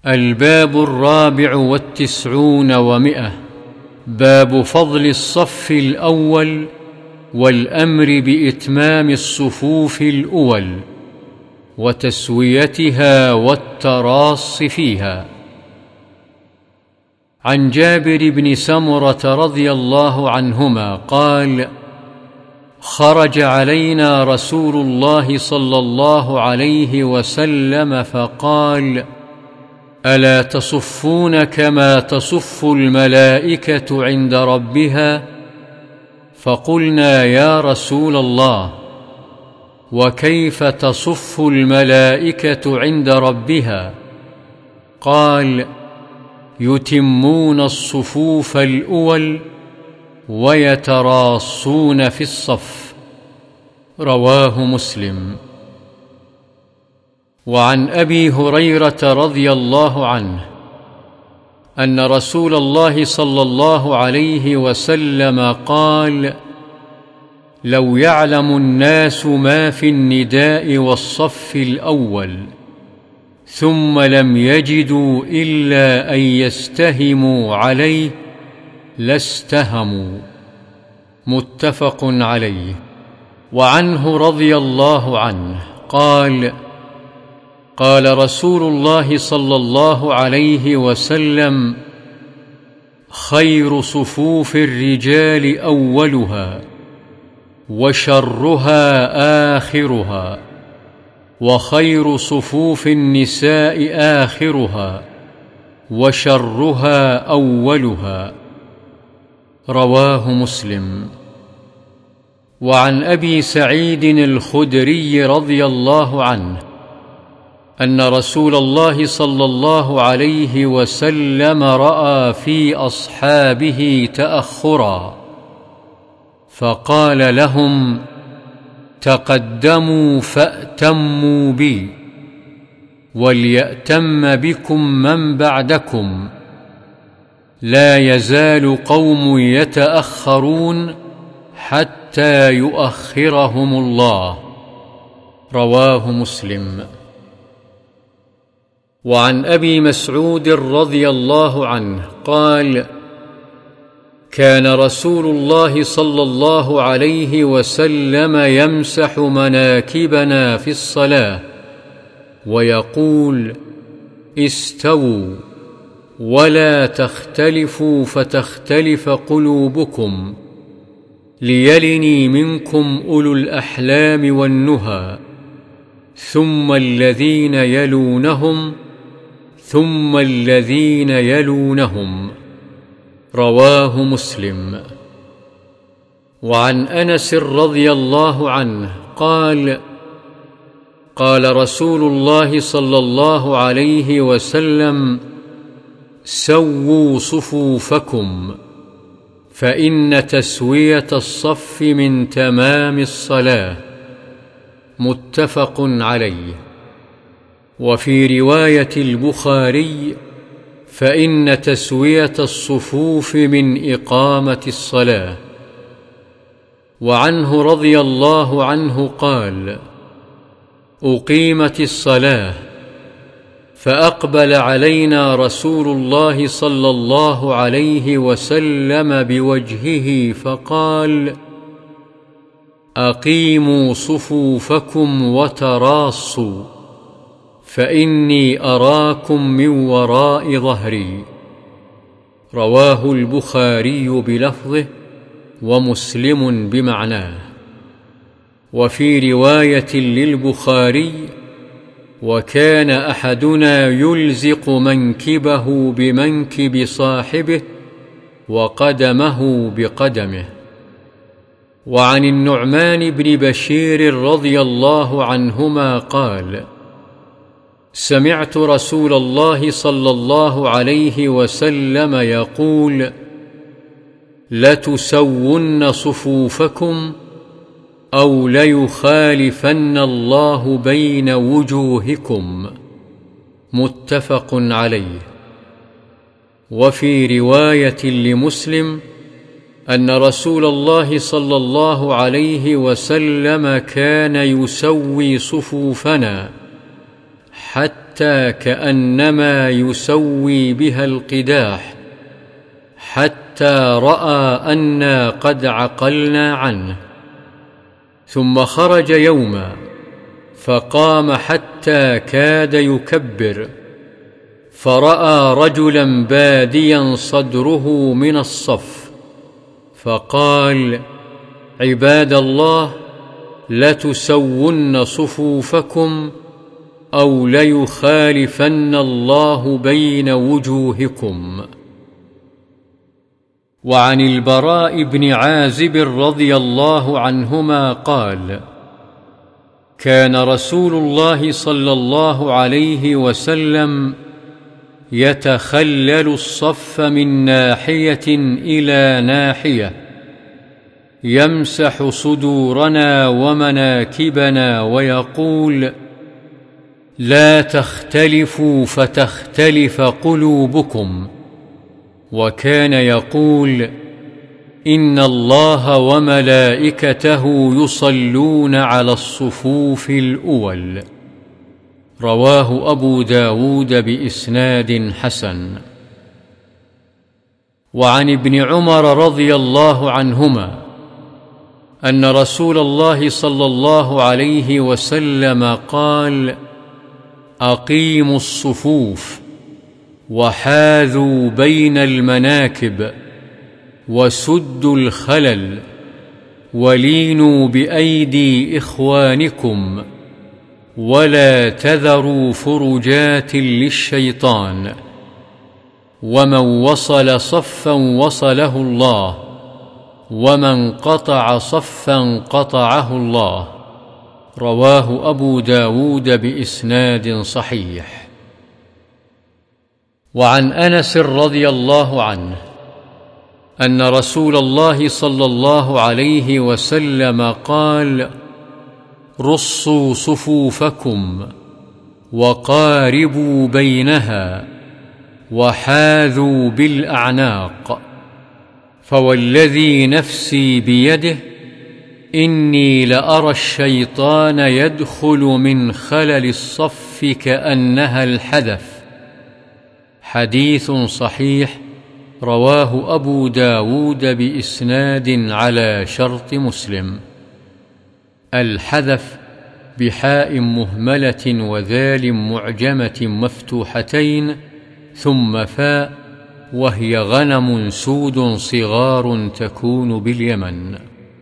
الباب 94 باب فضل الصف الأول والأمر بإتمام الصفوف الأول وتسويتها والتراص فيها. عن جابر بن سمرة رضي الله عنهما قال: خرج علينا رسول الله صلى الله عليه وسلم فقال: ألا تصفون كما تصف الملائكة عند ربها؟ فقلنا: يا رسول الله، وكيف تصف الملائكة عند ربها؟ قال: يتمون الصفوف الأول ويتراصون في الصف. رواه مسلم. وعن أبي هريرة رضي الله عنه أن رسول الله صلى الله عليه وسلم قال: لو يعلم الناس ما في النداء والصف الأول ثم لم يجدوا إلا أن يستهموا عليه لاستهموا. متفق عليه. وعنه رضي الله عنه قال: قال رسول الله صلى الله عليه وسلم: خير صفوف الرجال أولها وشرها آخرها، وخير صفوف النساء آخرها وشرها أولها. رواه مسلم. وعن أبي سعيد الخدري رضي الله عنه أن رسول الله صلى الله عليه وسلم رأى في أصحابه تأخرا فقال لهم: تقدموا فأتموا بي، وليأتم بكم من بعدكم، لا يزال قوم يتأخرون حتى يؤخرهم الله. رواه مسلم. وعن أبي مسعود رضي الله عنه قال: كان رسول الله صلى الله عليه وسلم يمسح مناكبنا في الصلاة ويقول: استووا ولا تختلفوا فتختلف قلوبكم، ليلني منكم أولو الأحلام والنهى، ثم الذين يلونهم ثم الذين يلونهم. رواه مسلم. وعن أنس رضي الله عنه قال: قال رسول الله صلى الله عليه وسلم: سووا صفوفكم، فإن تسوية الصف من تمام الصلاة. متفق عليه. وفي رواية البخاري: فإن تسوية الصفوف من إقامة الصلاة. وعنه رضي الله عنه قال: أقيمت الصلاة فأقبل علينا رسول الله صلى الله عليه وسلم بوجهه فقال: أقيموا صفوفكم وتراصوا، فإني أراكم من وراء ظهري. رواه البخاري بلفظه ومسلم بمعناه. وفي رواية للبخاري: وكان أحدنا يلزق منكبه بمنكب صاحبه وقدمه بقدمه. وعن النعمان بن بشير رضي الله عنهما قال: سمعت رسول الله صلى الله عليه وسلم يقول: لتسون صفوفكم أو ليخالفن الله بين وجوهكم. متفق عليه. وفي رواية لمسلم أن رسول الله صلى الله عليه وسلم كان يسوي صفوفنا حتى حتى كأنما يسوي بها القداح، حتى رأى أنا قد عقلنا عنه. ثم خرج يوما فقام حتى كاد يكبر، فرأى رجلا باديا صدره من الصف، فقال: عباد الله، لتسون صفوفكم أو ليخالفن الله بين وجوهكم. وعن البراء بن عازب رضي الله عنهما قال: كان رسول الله صلى الله عليه وسلم يتخلل الصف من ناحية إلى ناحية، يمسح صدورنا ومناكبنا ويقول: لا تختلفوا فتختلف قلوبكم. وكان يقول: إن الله وملائكته يصلون على الصفوف الأول. رواه أبو داود بإسناد حسن. وعن ابن عمر رضي الله عنهما أن رسول الله صلى الله عليه وسلم قال: أقيموا الصفوف وحاذوا بين المناكب وسدوا الخلل ولينوا بأيدي إخوانكم ولا تذروا فرجات للشيطان، ومن وصل صفا وصله الله، ومن قطع صفا قطعه الله. رواه أبو داود بإسناد صحيح. وعن أنس رضي الله عنه أن رسول الله صلى الله عليه وسلم قال: رصوا صفوفكم وقاربوا بينها وحاذوا بالأعناق، فوالذي نفسي بيده إني لأرى الشيطان يدخل من خلل الصف كأنها الحدث. حديث صحيح رواه أبو داود بإسناد على شرط مسلم. الحذف بحاء مهملة وذال معجمة مفتوحتين ثم فاء، وهي غنم سود صغار تكون باليمن.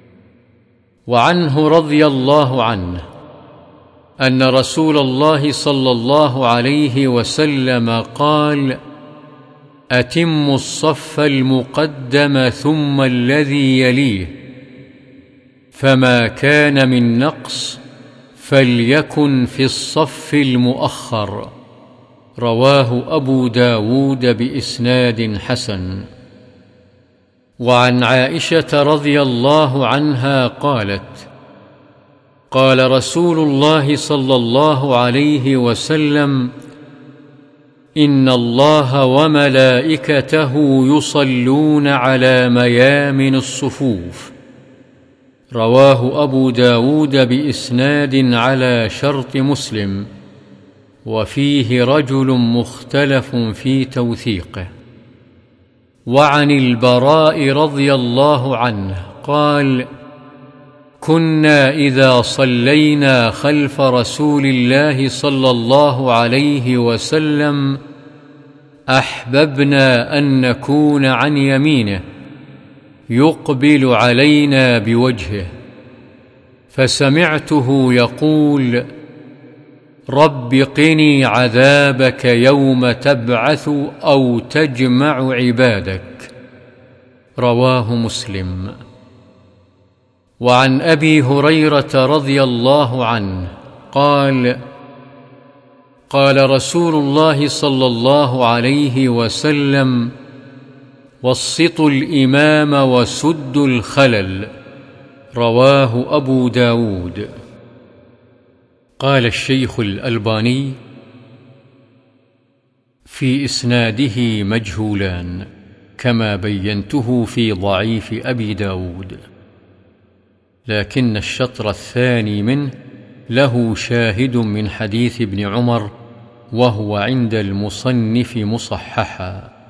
وعنه رضي الله عنه أن رسول الله صلى الله عليه وسلم قال: أتموا الصف المقدم ثم الذي يليه، فما كان من نقص فليكن في الصف المؤخر. رواه أبو داود بإسناد حسن. وعن عائشة رضي الله عنها قالت: قال رسول الله صلى الله عليه وسلم: إن الله وملائكته يصلون على ميامن الصفوف. رواه أبو داود بإسناد على شرط مسلم، وفيه رجل مختلف في توثيقه. وعن البراء رضي الله عنه قال: كنا إذا صلينا خلف رسول الله صلى الله عليه وسلم أحببنا أن نكون عن يمينه يقبل علينا بوجهه، فسمعته يقول: رب قني عذابك يوم تبعث أو تجمع عبادك. رواه مسلم. وعن أبي هريرة رضي الله عنه قال: قال رسول الله صلى الله عليه وسلم: وسطوا الإمام وسدوا الخلل. رواه أبو داود. قال الشيخ الألباني: في إسناده مجهولان كما بينته في ضعيف أبي داود، لكن الشطر الثاني منه له شاهد من حديث ابن عمر وهو عند المصنف مصححا.